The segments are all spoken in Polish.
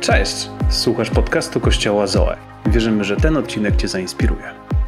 Cześć! Słuchasz podcastu Kościoła Zoe. Wierzymy, że ten odcinek Cię zainspiruje.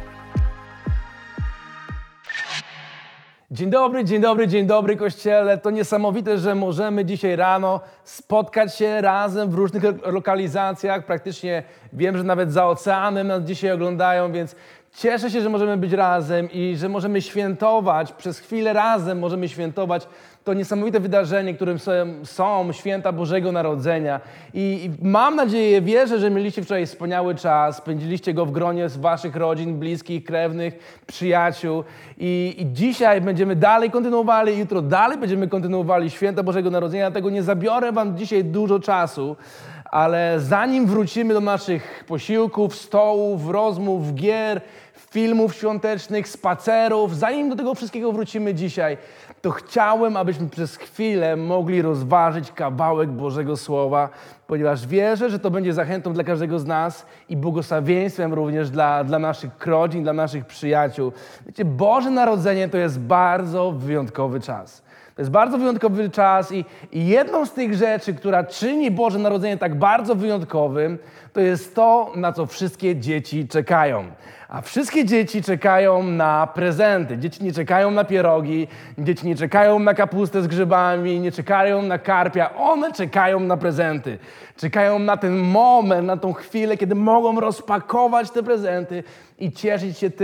Dzień dobry Kościele. To niesamowite, że możemy dzisiaj rano spotkać się razem w różnych lokalizacjach. Praktycznie wiem, że nawet za oceanem nas dzisiaj oglądają, więc cieszę się, że możemy być razem i że możemy świętować, przez chwilę razem możemy świętować to niesamowite wydarzenie, którym są święta Bożego Narodzenia. I mam nadzieję, wierzę, że mieliście wczoraj wspaniały czas, spędziliście go w gronie z waszych rodzin, bliskich, krewnych, przyjaciół. I dzisiaj będziemy dalej kontynuowali, jutro dalej będziemy kontynuowali święta Bożego Narodzenia, dlatego nie zabiorę wam dzisiaj dużo czasu. Ale zanim wrócimy do naszych posiłków, stołów, rozmów, gier, filmów świątecznych, spacerów, zanim do tego wszystkiego wrócimy dzisiaj, to chciałem, abyśmy przez chwilę mogli rozważyć kawałek Bożego Słowa, ponieważ wierzę, że to będzie zachętą dla każdego z nas i błogosławieństwem również dla naszych rodzin, dla naszych przyjaciół. Wiecie, Boże Narodzenie to jest bardzo wyjątkowy czas. To jest bardzo wyjątkowy czas i jedną z tych rzeczy, która czyni Boże Narodzenie tak bardzo wyjątkowym, to jest to, na co wszystkie dzieci czekają. A wszystkie dzieci czekają na prezenty. Dzieci nie czekają na pierogi, dzieci nie czekają na kapustę z grzybami, nie czekają na karpia. One czekają na prezenty. Czekają na ten moment, na tą chwilę, kiedy mogą rozpakować te prezenty i cieszyć się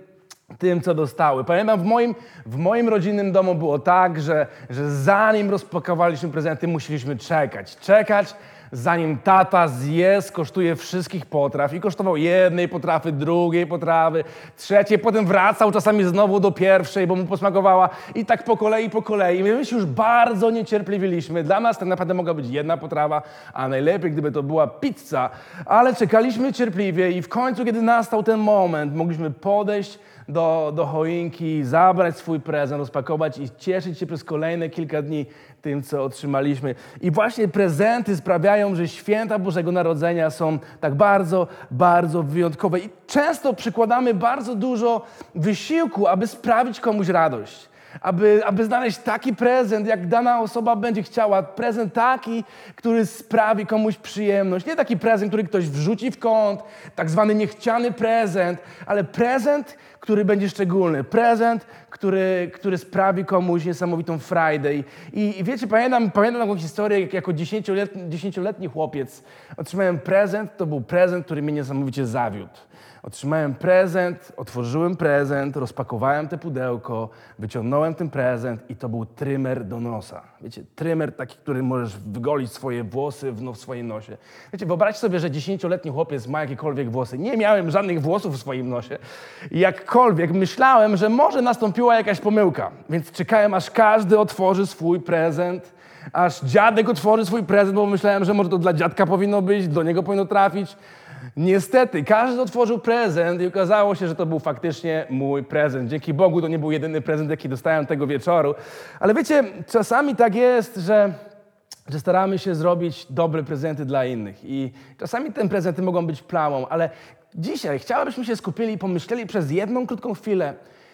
tym, co dostały. Pamiętam, w moim rodzinnym domu było tak, że zanim rozpakowaliśmy prezenty, musieliśmy czekać, zanim tata skosztuje wszystkich potraw i kosztował jednej potrawy, drugiej potrawy, trzeciej, potem wracał czasami znowu do pierwszej, bo mu posmakowała i tak po kolei. My się już bardzo niecierpliwiliśmy. Dla nas tak naprawdę mogła być jedna potrawa, a najlepiej, gdyby to była pizza, ale czekaliśmy cierpliwie i w końcu, kiedy nastał ten moment, mogliśmy podejść do choinki, zabrać swój prezent, rozpakować i cieszyć się przez kolejne kilka dni tym, co otrzymaliśmy. I właśnie prezenty sprawiają, że święta Bożego Narodzenia są tak bardzo, bardzo wyjątkowe. I często przykładamy bardzo dużo wysiłku, aby sprawić komuś radość. Aby znaleźć taki prezent, jak dana osoba będzie chciała. Prezent taki, który sprawi komuś przyjemność. Nie taki prezent, który ktoś wrzuci w kąt, tak zwany niechciany prezent, ale prezent, który będzie szczególny. Prezent, który sprawi komuś niesamowitą frajdę. I wiecie, pamiętam taką historię, jak jako 10-letni chłopiec otrzymałem prezent. To był prezent, który mnie niesamowicie zawiódł. Otrzymałem prezent, otworzyłem prezent, rozpakowałem te pudełko, wyciągnąłem ten prezent i to był trymer do nosa. Wiecie, trymer taki, który możesz wygolić swoje włosy w swojej nosie. Wiecie, wyobraźcie sobie, że 10-letni chłopiec ma jakiekolwiek włosy. Nie miałem żadnych włosów w swoim nosie. I jakkolwiek myślałem, że może nastąpiła jakaś pomyłka. Więc czekałem, aż każdy otworzy swój prezent, aż dziadek otworzy swój prezent, bo myślałem, że może to dla dziadka powinno być, do niego powinno trafić. Niestety, każdy otworzył prezent i okazało się, że to był faktycznie mój prezent. Dzięki Bogu to nie był jedyny prezent, jaki dostałem tego wieczoru. Ale wiecie, czasami tak jest, że staramy się zrobić dobre prezenty dla innych. I czasami te prezenty mogą być plamą, ale dzisiaj chciałabym się skupili i pomyśleli przez jedną krótką chwilę,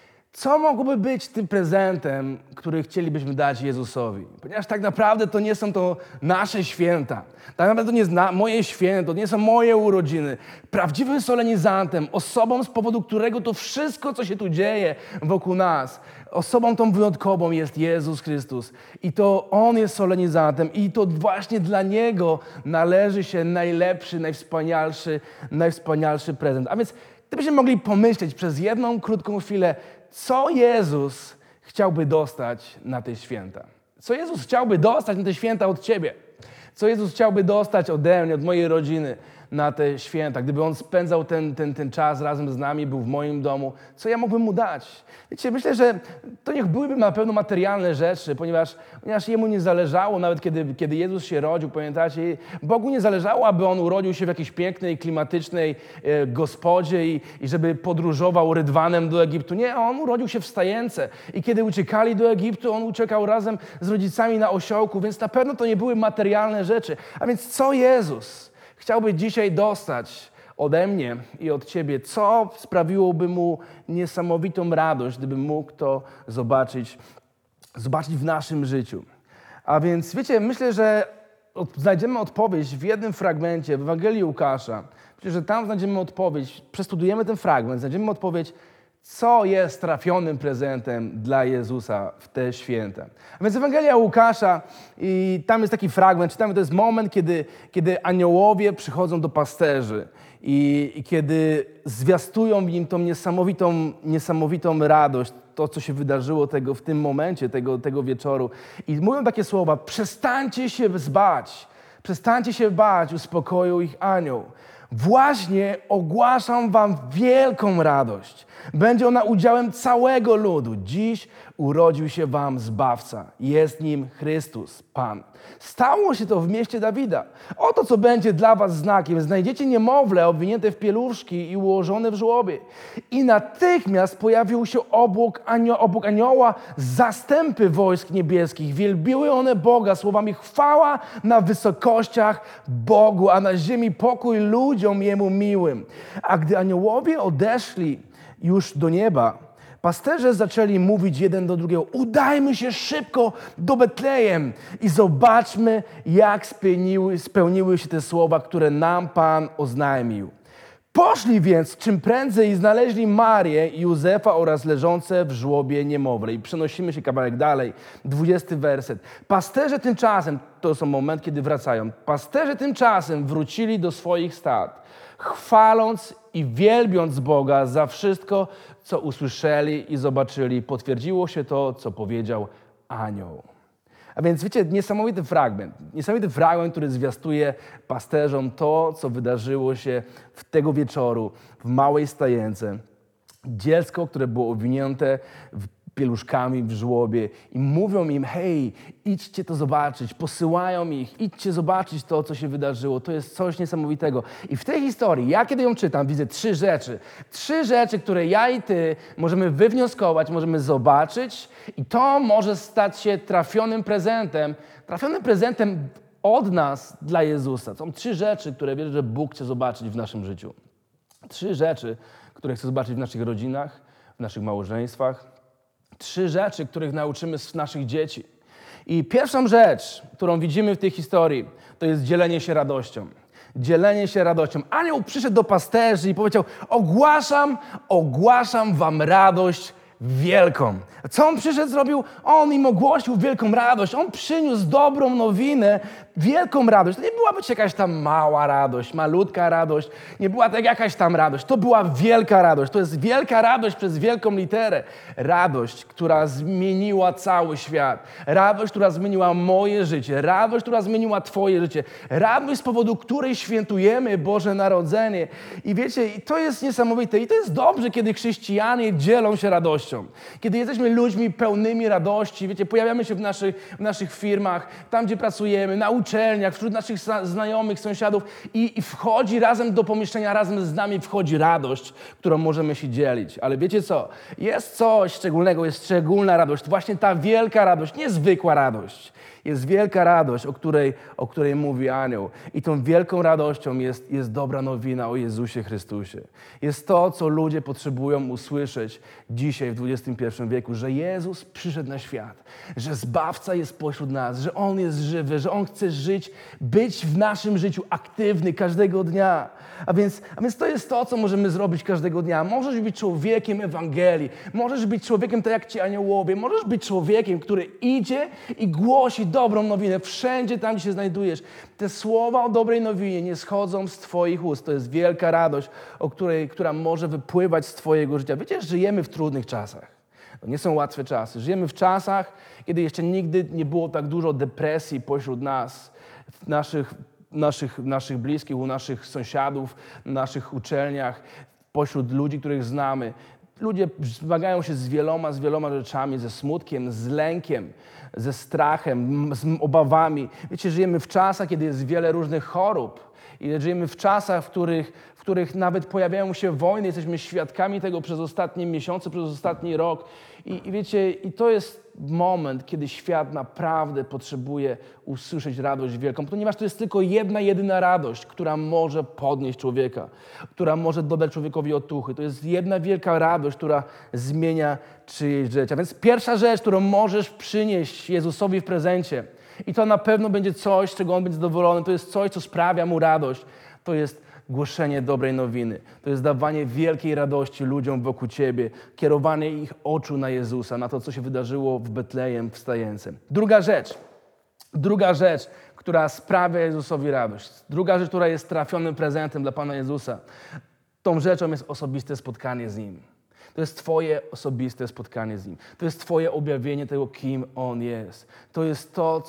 co mogłoby być tym prezentem, który chcielibyśmy dać Jezusowi? Ponieważ tak naprawdę to nie są to nasze święta. Tak naprawdę to nie jest moje święto, to nie są moje urodziny. Prawdziwym solenizantem, osobą, z powodu którego to wszystko, co się tu dzieje wokół nas, osobą tą wyjątkową jest Jezus Chrystus. I to On jest solenizantem i to właśnie dla Niego należy się najlepszy, najwspanialszy prezent. A więc gdybyśmy mogli pomyśleć przez jedną krótką chwilę, co Jezus chciałby dostać na te święta? Co Jezus chciałby dostać na te święta od Ciebie? Co Jezus chciałby dostać ode mnie, od mojej rodziny na te święta? Gdyby On spędzał ten czas razem z nami, był w moim domu, co ja mógłbym Mu dać? Wiecie, myślę, że to niech byłyby na pewno materialne rzeczy, ponieważ Jemu nie zależało, nawet kiedy Jezus się rodził, pamiętacie, Bogu nie zależało, aby On urodził się w jakiejś pięknej, klimatycznej gospodzie i żeby podróżował rydwanem do Egiptu. Nie, On urodził się w stajence i kiedy uciekali do Egiptu, On uciekał razem z rodzicami na osiołku, więc na pewno to nie były materialne rzeczy. A więc co Jezus chciałby dzisiaj dostać ode mnie i od Ciebie? Co sprawiłoby Mu niesamowitą radość, gdyby mógł to zobaczyć w naszym życiu? A więc wiecie, myślę, że znajdziemy odpowiedź w jednym fragmencie w Ewangelii Łukasza. Myślę, że tam znajdziemy odpowiedź, przestudujemy ten fragment, znajdziemy odpowiedź, co jest trafionym prezentem dla Jezusa w te święta. A więc Ewangelia Łukasza i tam jest taki fragment, czytamy, to jest moment, kiedy aniołowie przychodzą do pasterzy i kiedy zwiastują im tą niesamowitą radość, to, co się wydarzyło w tym momencie, tego wieczoru. I mówią takie słowa: przestańcie się bać, uspokoił ich anioł. Właśnie ogłaszam wam wielką radość. Będzie ona udziałem całego ludu. Dziś urodził się wam Zbawca. Jest nim Chrystus, Pan. Stało się to w mieście Dawida. Oto, co będzie dla was znakiem. Znajdziecie niemowlę obwinięte w pieluszki i ułożone w żłobie. I natychmiast pojawił się obok anioła zastępy wojsk niebieskich. Wielbiły one Boga słowami: chwała na wysokościach Bogu, a na ziemi pokój ludziom Jemu miłym. A gdy aniołowie odeszli już do nieba, pasterze zaczęli mówić jeden do drugiego: udajmy się szybko do Betlejem i zobaczmy, jak spełniły się te słowa, które nam Pan oznajmił. Poszli więc czym prędzej i znaleźli Marię i Józefa oraz leżące w żłobie niemowlę. I przenosimy się kawałek dalej, 20 werset. Pasterze tymczasem, to jest moment, kiedy wracają, pasterze tymczasem wrócili do swoich stad, chwaląc i wielbiąc Boga za wszystko, co usłyszeli i zobaczyli. Potwierdziło się to, co powiedział anioł. A więc wiecie, niesamowity fragment, który zwiastuje pasterzom to, co wydarzyło się tego wieczoru w małej stajence. Dziecko, które było owinięte pieluszkami w żłobie i mówią im: hej, idźcie to zobaczyć, posyłają ich, idźcie zobaczyć to, co się wydarzyło. To jest coś niesamowitego. I w tej historii, ja kiedy ją czytam, widzę trzy rzeczy, które ja i ty możemy wywnioskować, możemy zobaczyć i to może stać się trafionym prezentem od nas dla Jezusa. Są trzy rzeczy, które wierzę, że Bóg chce zobaczyć w naszym życiu. Trzy rzeczy, które chce zobaczyć w naszych rodzinach, w naszych małżeństwach. Trzy rzeczy, których nauczymy z naszych dzieci. I pierwszą rzecz, którą widzimy w tej historii, to jest dzielenie się radością. Dzielenie się radością. Anioł przyszedł do pasterzy i powiedział: ogłaszam wam radość wielką. Co on przyszedł, zrobił? On im ogłosił wielką radość. On przyniósł dobrą nowinę, wielką radość. To nie była być jakaś tam mała radość, malutka radość. Nie była tak jakaś tam radość. To była wielka radość. To jest wielka radość przez wielką literę. Radość, która zmieniła cały świat. Radość, która zmieniła moje życie. Radość, która zmieniła twoje życie. Radość, z powodu której świętujemy Boże Narodzenie. I wiecie, to jest niesamowite. I to jest dobrze, kiedy chrześcijanie dzielą się radością. Kiedy jesteśmy ludźmi pełnymi radości, wiecie, pojawiamy się w naszych firmach, tam gdzie pracujemy, na uczelniach, wśród naszych znajomych, sąsiadów i wchodzi razem do pomieszczenia, razem z nami wchodzi radość, którą możemy się dzielić. Ale wiecie co? Jest coś szczególnego, jest szczególna radość. Właśnie ta wielka radość, niezwykła radość. Jest wielka radość, o której mówi anioł. I tą wielką radością jest dobra nowina o Jezusie Chrystusie. Jest to, co ludzie potrzebują usłyszeć dzisiaj w XXI wieku, że Jezus przyszedł na świat, że Zbawca jest pośród nas, że On jest żywy, że On chce być w naszym życiu aktywny każdego dnia. A więc to jest to, co możemy zrobić każdego dnia. Możesz być człowiekiem Ewangelii, możesz być człowiekiem tak jak ci aniołowie, możesz być człowiekiem, który idzie i głosi dobrą nowinę wszędzie tam, gdzie się znajdujesz. Te słowa o dobrej nowinie nie schodzą z twoich ust. To jest wielka radość, która może wypływać z twojego życia. Wiecie, że żyjemy w trudnych czasach. To nie są łatwe czasy. Żyjemy w czasach, kiedy jeszcze nigdy nie było tak dużo depresji pośród nas, naszych bliskich, u naszych sąsiadów, na naszych uczelniach, pośród ludzi, których znamy. Ludzie zmagają się z wieloma rzeczami, ze smutkiem, z lękiem, ze strachem, z obawami. Wiecie, żyjemy w czasach, kiedy jest wiele różnych chorób. I żyjemy w czasach, w których nawet pojawiają się wojny. Jesteśmy świadkami tego przez ostatnie miesiące, przez ostatni rok. I wiecie, i to jest moment, kiedy świat naprawdę potrzebuje usłyszeć radość wielką, ponieważ to jest tylko jedyna radość, która może podnieść człowieka, która może dodać człowiekowi otuchy. To jest jedna wielka radość, która zmienia czyjeś życie. A więc pierwsza rzecz, którą możesz przynieść Jezusowi w prezencie I to na pewno będzie coś, z czego On będzie zadowolony. To jest coś, co sprawia Mu radość. To jest głoszenie dobrej nowiny. To jest dawanie wielkiej radości ludziom wokół Ciebie. Kierowanie ich oczu na Jezusa, na to, co się wydarzyło w Betlejem wstającym. Druga rzecz, która sprawia Jezusowi radość. Druga rzecz, która jest trafionym prezentem dla Pana Jezusa. Tą rzeczą jest osobiste spotkanie z Nim. To jest Twoje osobiste spotkanie z Nim. To jest Twoje objawienie tego, kim On jest. To jest to,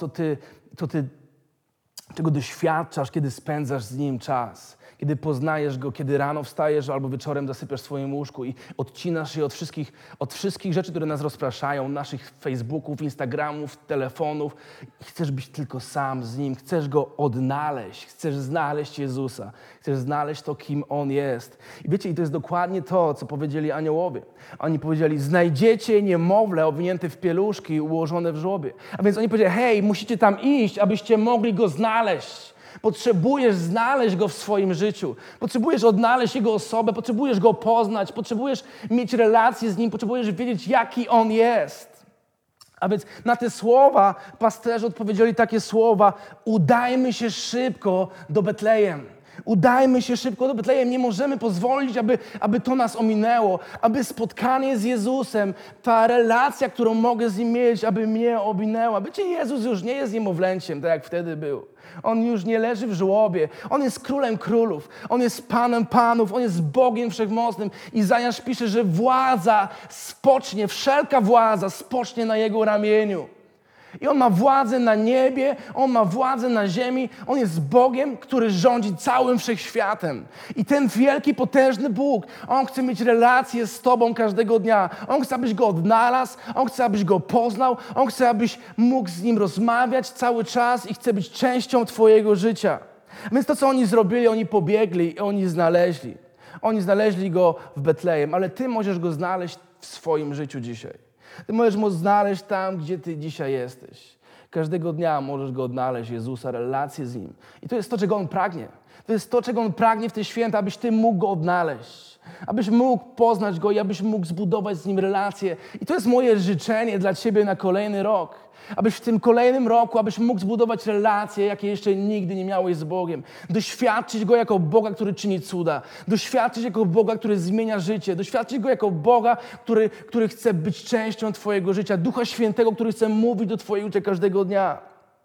czego doświadczasz, kiedy spędzasz z Nim czas. Kiedy poznajesz Go, kiedy rano wstajesz albo wieczorem zasypiasz w swoim łóżku i odcinasz się od wszystkich rzeczy, które nas rozpraszają, naszych Facebooków, Instagramów, telefonów. I chcesz być tylko sam z Nim, chcesz Go odnaleźć, chcesz znaleźć Jezusa, chcesz znaleźć to, kim On jest. I wiecie, i to jest dokładnie to, co powiedzieli aniołowie. Oni powiedzieli, znajdziecie niemowlę owinięte w pieluszki i ułożone w żłobie. A więc oni powiedzieli, hej, musicie tam iść, abyście mogli Go znaleźć. Potrzebujesz znaleźć Go w swoim życiu. Potrzebujesz odnaleźć Jego osobę, potrzebujesz Go poznać, potrzebujesz mieć relację z Nim, potrzebujesz wiedzieć, jaki On jest. A więc na te słowa pasterze odpowiedzieli takie słowa: udajmy się szybko do Betlejem. Udajmy się szybko do Betlejem. Nie możemy pozwolić, aby to nas ominęło, aby spotkanie z Jezusem, ta relacja, którą mogę z Nim mieć, aby mnie ominęła. Wiecie, Jezus już nie jest niemowlęciem, tak jak wtedy był. On już nie leży w żłobie. On jest Królem Królów. On jest Panem Panów. On jest Bogiem Wszechmocnym. Izajasz pisze, że władza spocznie, wszelka władza spocznie na Jego ramieniu. I On ma władzę na niebie, On ma władzę na ziemi. On jest Bogiem, który rządzi całym wszechświatem. I ten wielki, potężny Bóg, On chce mieć relację z Tobą każdego dnia. On chce, abyś Go odnalazł, On chce, abyś Go poznał, On chce, abyś mógł z Nim rozmawiać cały czas i chce być częścią Twojego życia. Więc to, co oni zrobili, oni pobiegli i oni znaleźli. Oni znaleźli Go w Betlejem, ale Ty możesz Go znaleźć w swoim życiu dzisiaj. Ty możesz Go znaleźć tam, gdzie Ty dzisiaj jesteś. Każdego dnia możesz Go odnaleźć, Jezusa, relację z Nim. I to jest to, czego On pragnie. To jest to, czego On pragnie w te święta, abyś Ty mógł Go odnaleźć. Abyś mógł poznać Go i abyś mógł zbudować z Nim relację. I to jest moje życzenie dla Ciebie na kolejny rok. Abyś w tym kolejnym roku, abyś mógł zbudować relacje, jakie jeszcze nigdy nie miałeś z Bogiem. Doświadczyć Go jako Boga, który czyni cuda. Doświadczyć jako Boga, który zmienia życie. Doświadczyć Go jako Boga, który chce być częścią Twojego życia. Ducha Świętego, który chce mówić do Twojego życia każdego dnia.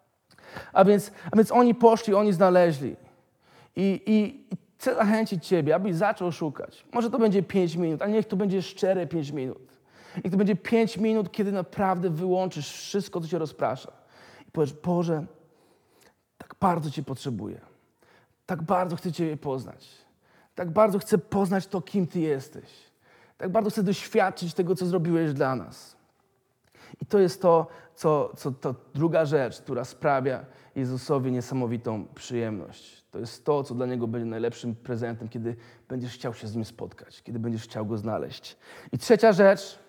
A więc oni poszli, oni znaleźli. I chcę zachęcić Ciebie, abyś zaczął szukać. Może to będzie 5 minut, a niech to będzie szczere 5 minut. Niech to będzie 5 minut, kiedy naprawdę wyłączysz wszystko, co Cię rozprasza. I powiesz, Boże, tak bardzo Cię potrzebuję. Tak bardzo chcę Ciebie poznać. Tak bardzo chcę poznać to, kim Ty jesteś. Tak bardzo chcę doświadczyć tego, co zrobiłeś dla nas. I to jest to druga rzecz, która sprawia Jezusowi niesamowitą przyjemność. To jest to, co dla Niego będzie najlepszym prezentem, kiedy będziesz chciał się z Nim spotkać, kiedy będziesz chciał Go znaleźć. I trzecia rzecz,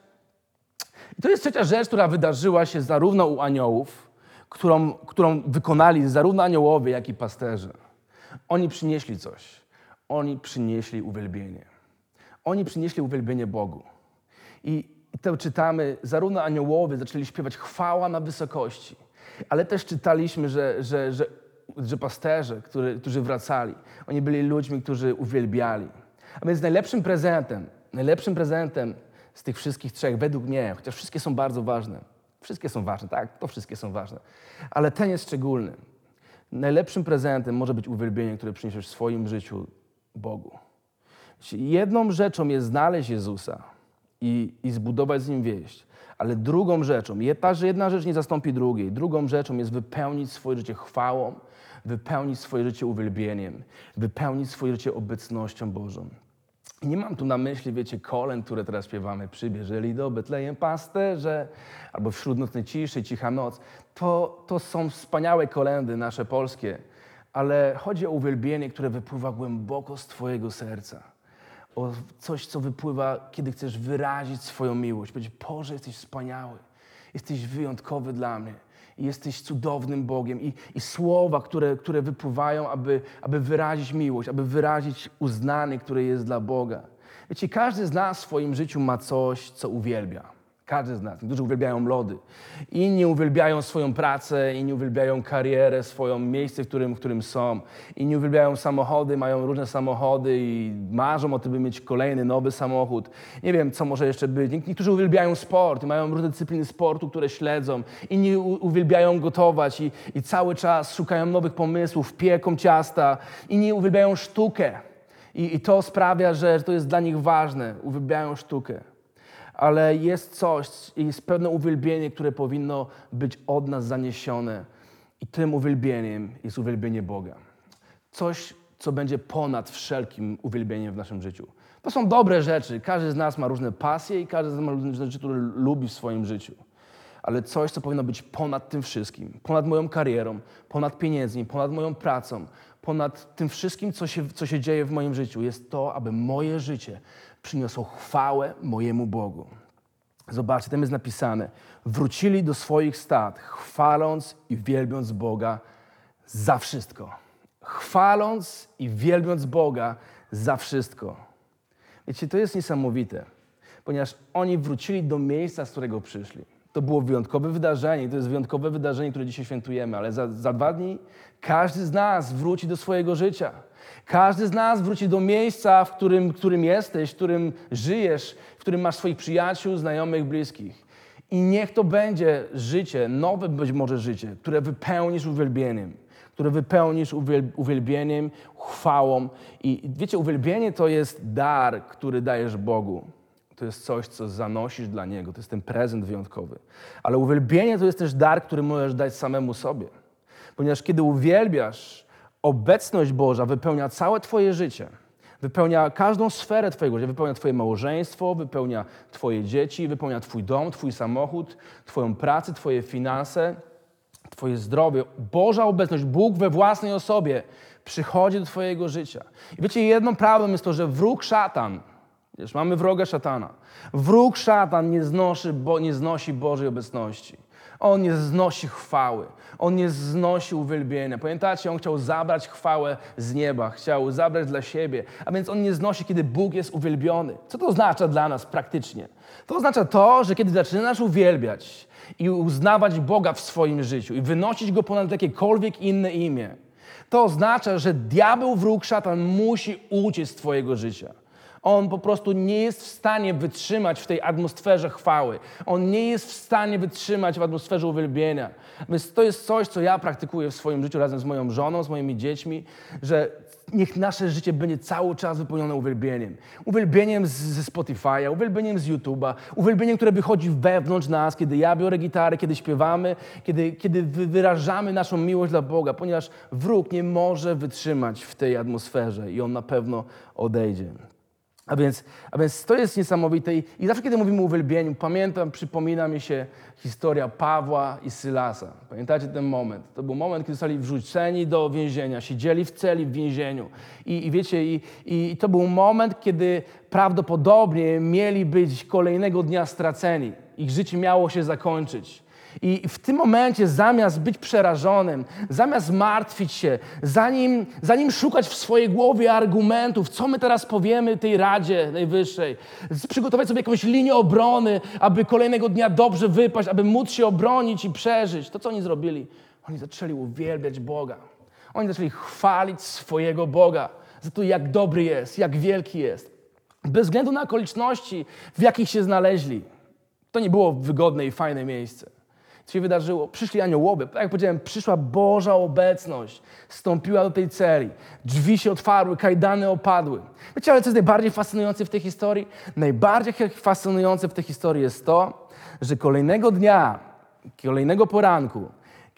która wydarzyła się zarówno u aniołów, którą wykonali zarówno aniołowie, jak i pasterze. Oni przynieśli coś. Oni przynieśli uwielbienie. Oni przynieśli uwielbienie Bogu. I to czytamy, zarówno aniołowie zaczęli śpiewać chwała na wysokości, ale też czytaliśmy, że pasterze, którzy wracali, oni byli ludźmi, którzy uwielbiali. A więc najlepszym prezentem z tych wszystkich trzech, według mnie, chociaż wszystkie są bardzo ważne, wszystkie są ważne, tak, to wszystkie są ważne, ale ten jest szczególny. Najlepszym prezentem może być uwielbienie, które przyniesiesz w swoim życiu Bogu. Jedną rzeczą jest znaleźć Jezusa i zbudować z Nim więź, ale drugą rzeczą, jedna rzecz nie zastąpi drugiej, drugą rzeczą jest wypełnić swoje życie chwałą, wypełnić swoje życie uwielbieniem, wypełnić swoje życie obecnością Bożą. I nie mam tu na myśli, wiecie, kolęd, które teraz śpiewamy, przybieżeli do Betlejem pasterze, albo wśród nocnej ciszy, cicha noc. To są wspaniałe kolędy nasze polskie, ale chodzi o uwielbienie, które wypływa głęboko z Twojego serca. O coś, co wypływa, kiedy chcesz wyrazić swoją miłość. Powiedzieć, Boże, jesteś wspaniały, jesteś wyjątkowy dla mnie. I jesteś cudownym Bogiem. I słowa, które wypływają, aby wyrazić miłość, aby wyrazić uznanie, które jest dla Boga. Wiecie, każdy z nas w swoim życiu ma coś, co uwielbia. Każdy z nas. Niektórzy uwielbiają lody. Inni uwielbiają swoją pracę, inni uwielbiają karierę, swoje miejsce, w którym są. Inni uwielbiają samochody, mają różne samochody i marzą o tym, by mieć kolejny, nowy samochód. Nie wiem, co może jeszcze być. Niektórzy uwielbiają sport i mają różne dyscypliny sportu, które śledzą. Inni uwielbiają gotować i cały czas szukają nowych pomysłów, pieką ciasta. Inni uwielbiają sztukę i to sprawia, że to jest dla nich ważne. Uwielbiają sztukę. Ale jest coś, jest pewne uwielbienie, które powinno być od nas zaniesione. I tym uwielbieniem jest uwielbienie Boga. Coś, co będzie ponad wszelkim uwielbieniem w naszym życiu. To są dobre rzeczy. Każdy z nas ma różne pasje i każdy z nas ma różne rzeczy, które lubi w swoim życiu. Ale coś, co powinno być ponad tym wszystkim. Ponad moją karierą, ponad pieniędzmi, ponad moją pracą, ponad tym wszystkim, co się dzieje w moim życiu. Jest to, aby moje życie przyniosło chwałę mojemu Bogu. Zobaczcie, tam jest napisane: wrócili do swoich stad, chwaląc i wielbiąc Boga za wszystko. Chwaląc i wielbiąc Boga za wszystko. Wiecie, to jest niesamowite, ponieważ oni wrócili do miejsca, z którego przyszli. To było wyjątkowe wydarzenie, to jest wyjątkowe wydarzenie, które dzisiaj świętujemy, ale za 2 dni każdy z nas wróci do swojego życia. Każdy z nas wróci do miejsca, w którym jesteś, w którym żyjesz, w którym masz swoich przyjaciół, znajomych, bliskich. I niech to będzie życie, nowe być może życie, które wypełnisz uwielbieniem, które wypełnisz uwielbieniem, chwałą. I wiecie, uwielbienie to jest dar, który dajesz Bogu. To jest coś, co zanosisz dla Niego. To jest ten prezent wyjątkowy. Ale uwielbienie to jest też dar, który możesz dać samemu sobie. Ponieważ kiedy uwielbiasz, obecność Boża wypełnia całe Twoje życie. Wypełnia każdą sferę Twojego życia. Wypełnia Twoje małżeństwo, wypełnia Twoje dzieci, wypełnia Twój dom, Twój samochód, Twoją pracę, Twoje finanse, Twoje zdrowie. Boża obecność, Bóg we własnej osobie przychodzi do Twojego życia. I wiecie, jedną prawdą jest to, że wróg szatan, wiesz, mamy wroga szatana. Wróg szatan nie znosi Bożej obecności. On nie znosi chwały. On nie znosi uwielbienia. Pamiętacie, on chciał zabrać chwałę z nieba. Chciał zabrać dla siebie. A więc on nie znosi, kiedy Bóg jest uwielbiony. Co to oznacza dla nas praktycznie? To oznacza to, że kiedy zaczynasz uwielbiać i uznawać Boga w swoim życiu i wynosić Go ponad jakiekolwiek inne imię, to oznacza, że diabeł, wróg, szatan musi uciec z twojego życia. On po prostu nie jest w stanie wytrzymać w tej atmosferze chwały. On nie jest w stanie wytrzymać w atmosferze uwielbienia. Więc to jest coś, co ja praktykuję w swoim życiu razem z moją żoną, z moimi dziećmi, że niech nasze życie będzie cały czas wypełnione uwielbieniem. Uwielbieniem ze Spotify'a, uwielbieniem z YouTube'a, uwielbieniem, które wychodzi wewnątrz nas, kiedy ja biorę gitarę, kiedy śpiewamy, kiedy wyrażamy naszą miłość dla Boga, ponieważ wróg nie może wytrzymać w tej atmosferze i on na pewno odejdzie. A więc to jest niesamowite i zawsze, kiedy mówimy o uwielbieniu, przypomina mi się historia Pawła i Sylasa. Pamiętacie ten moment? To był moment, kiedy zostali wrzuceni do więzienia, siedzieli w celi w więzieniu. I wiecie, i to był moment, kiedy prawdopodobnie mieli być kolejnego dnia straceni. Ich życie miało się zakończyć. I w tym momencie, zamiast być przerażonym, zamiast martwić się, zanim szukać w swojej głowie argumentów, co my teraz powiemy tej Radzie Najwyższej, przygotować sobie jakąś linię obrony, aby kolejnego dnia dobrze wypaść, aby móc się obronić i przeżyć, to co oni zrobili? Oni zaczęli uwielbiać Boga. Oni zaczęli chwalić swojego Boga za to, jak dobry jest, jak wielki jest. Bez względu na okoliczności, w jakich się znaleźli. To nie było wygodne i fajne miejsce. Co się wydarzyło? Przyszli aniołowie. Tak jak powiedziałem, przyszła Boża obecność. Stąpiła do tej celi. Drzwi się otwarły, kajdany opadły. Wiecie, ale co jest najbardziej fascynujące w tej historii? Najbardziej fascynujące w tej historii jest to, że kolejnego dnia, kolejnego poranku,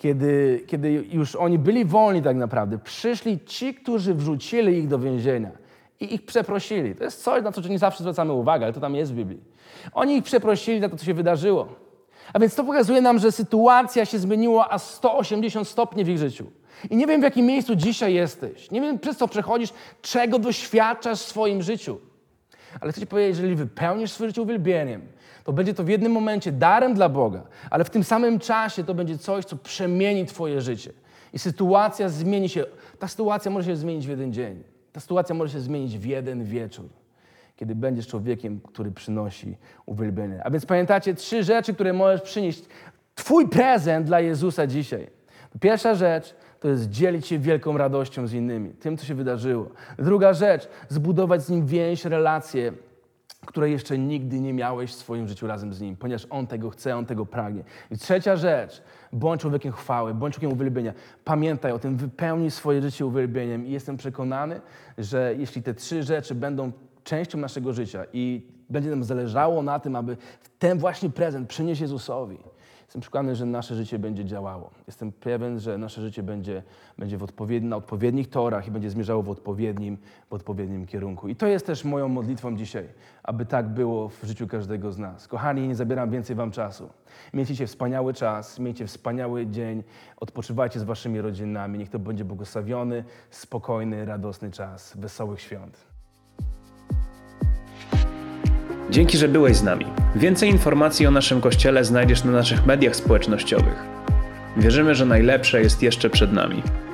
kiedy już oni byli wolni tak naprawdę, przyszli ci, którzy wrzucili ich do więzienia i ich przeprosili. To jest coś, na co nie zawsze zwracamy uwagę, ale to tam jest w Biblii. Oni ich przeprosili za to, co się wydarzyło. A więc to pokazuje nam, że sytuacja się zmieniła aż 180 stopni w ich życiu. I nie wiem, w jakim miejscu dzisiaj jesteś. Nie wiem, przez co przechodzisz, czego doświadczasz w swoim życiu. Ale chcę ci powiedzieć, jeżeli wypełnisz swoje życie uwielbieniem, to będzie to w jednym momencie darem dla Boga, ale w tym samym czasie to będzie coś, co przemieni twoje życie. I sytuacja zmieni się. Ta sytuacja może się zmienić w jeden dzień. Ta sytuacja może się zmienić w jeden wieczór. kiedy będziesz człowiekiem, który przynosi uwielbienie. A więc pamiętacie 3 rzeczy, które możesz przynieść. Twój prezent dla Jezusa dzisiaj. Pierwsza rzecz to jest dzielić się wielką radością z innymi, tym, co się wydarzyło. Druga rzecz, zbudować z Nim więź, relacje, które jeszcze nigdy nie miałeś w swoim życiu razem z Nim, ponieważ On tego chce, On tego pragnie. I trzecia rzecz, bądź człowiekiem chwały, bądź człowiekiem uwielbienia. Pamiętaj o tym, wypełnij swoje życie uwielbieniem i jestem przekonany, że jeśli te 3 rzeczy będą częścią naszego życia i będzie nam zależało na tym, aby ten właśnie prezent przynieść Jezusowi, jestem przekonany, że nasze życie będzie działało. Jestem pewien, że nasze życie będzie na odpowiednich torach i będzie zmierzało w odpowiednim kierunku. I to jest też moją modlitwą dzisiaj, aby tak było w życiu każdego z nas. Kochani, nie zabieram więcej wam czasu. Miejcie wspaniały czas, miejcie wspaniały dzień, odpoczywajcie z waszymi rodzinami. Niech to będzie błogosławiony, spokojny, radosny czas, wesołych świąt. Dzięki, że byłeś z nami. Więcej informacji o naszym Kościele znajdziesz na naszych mediach społecznościowych. Wierzymy, że najlepsze jest jeszcze przed nami.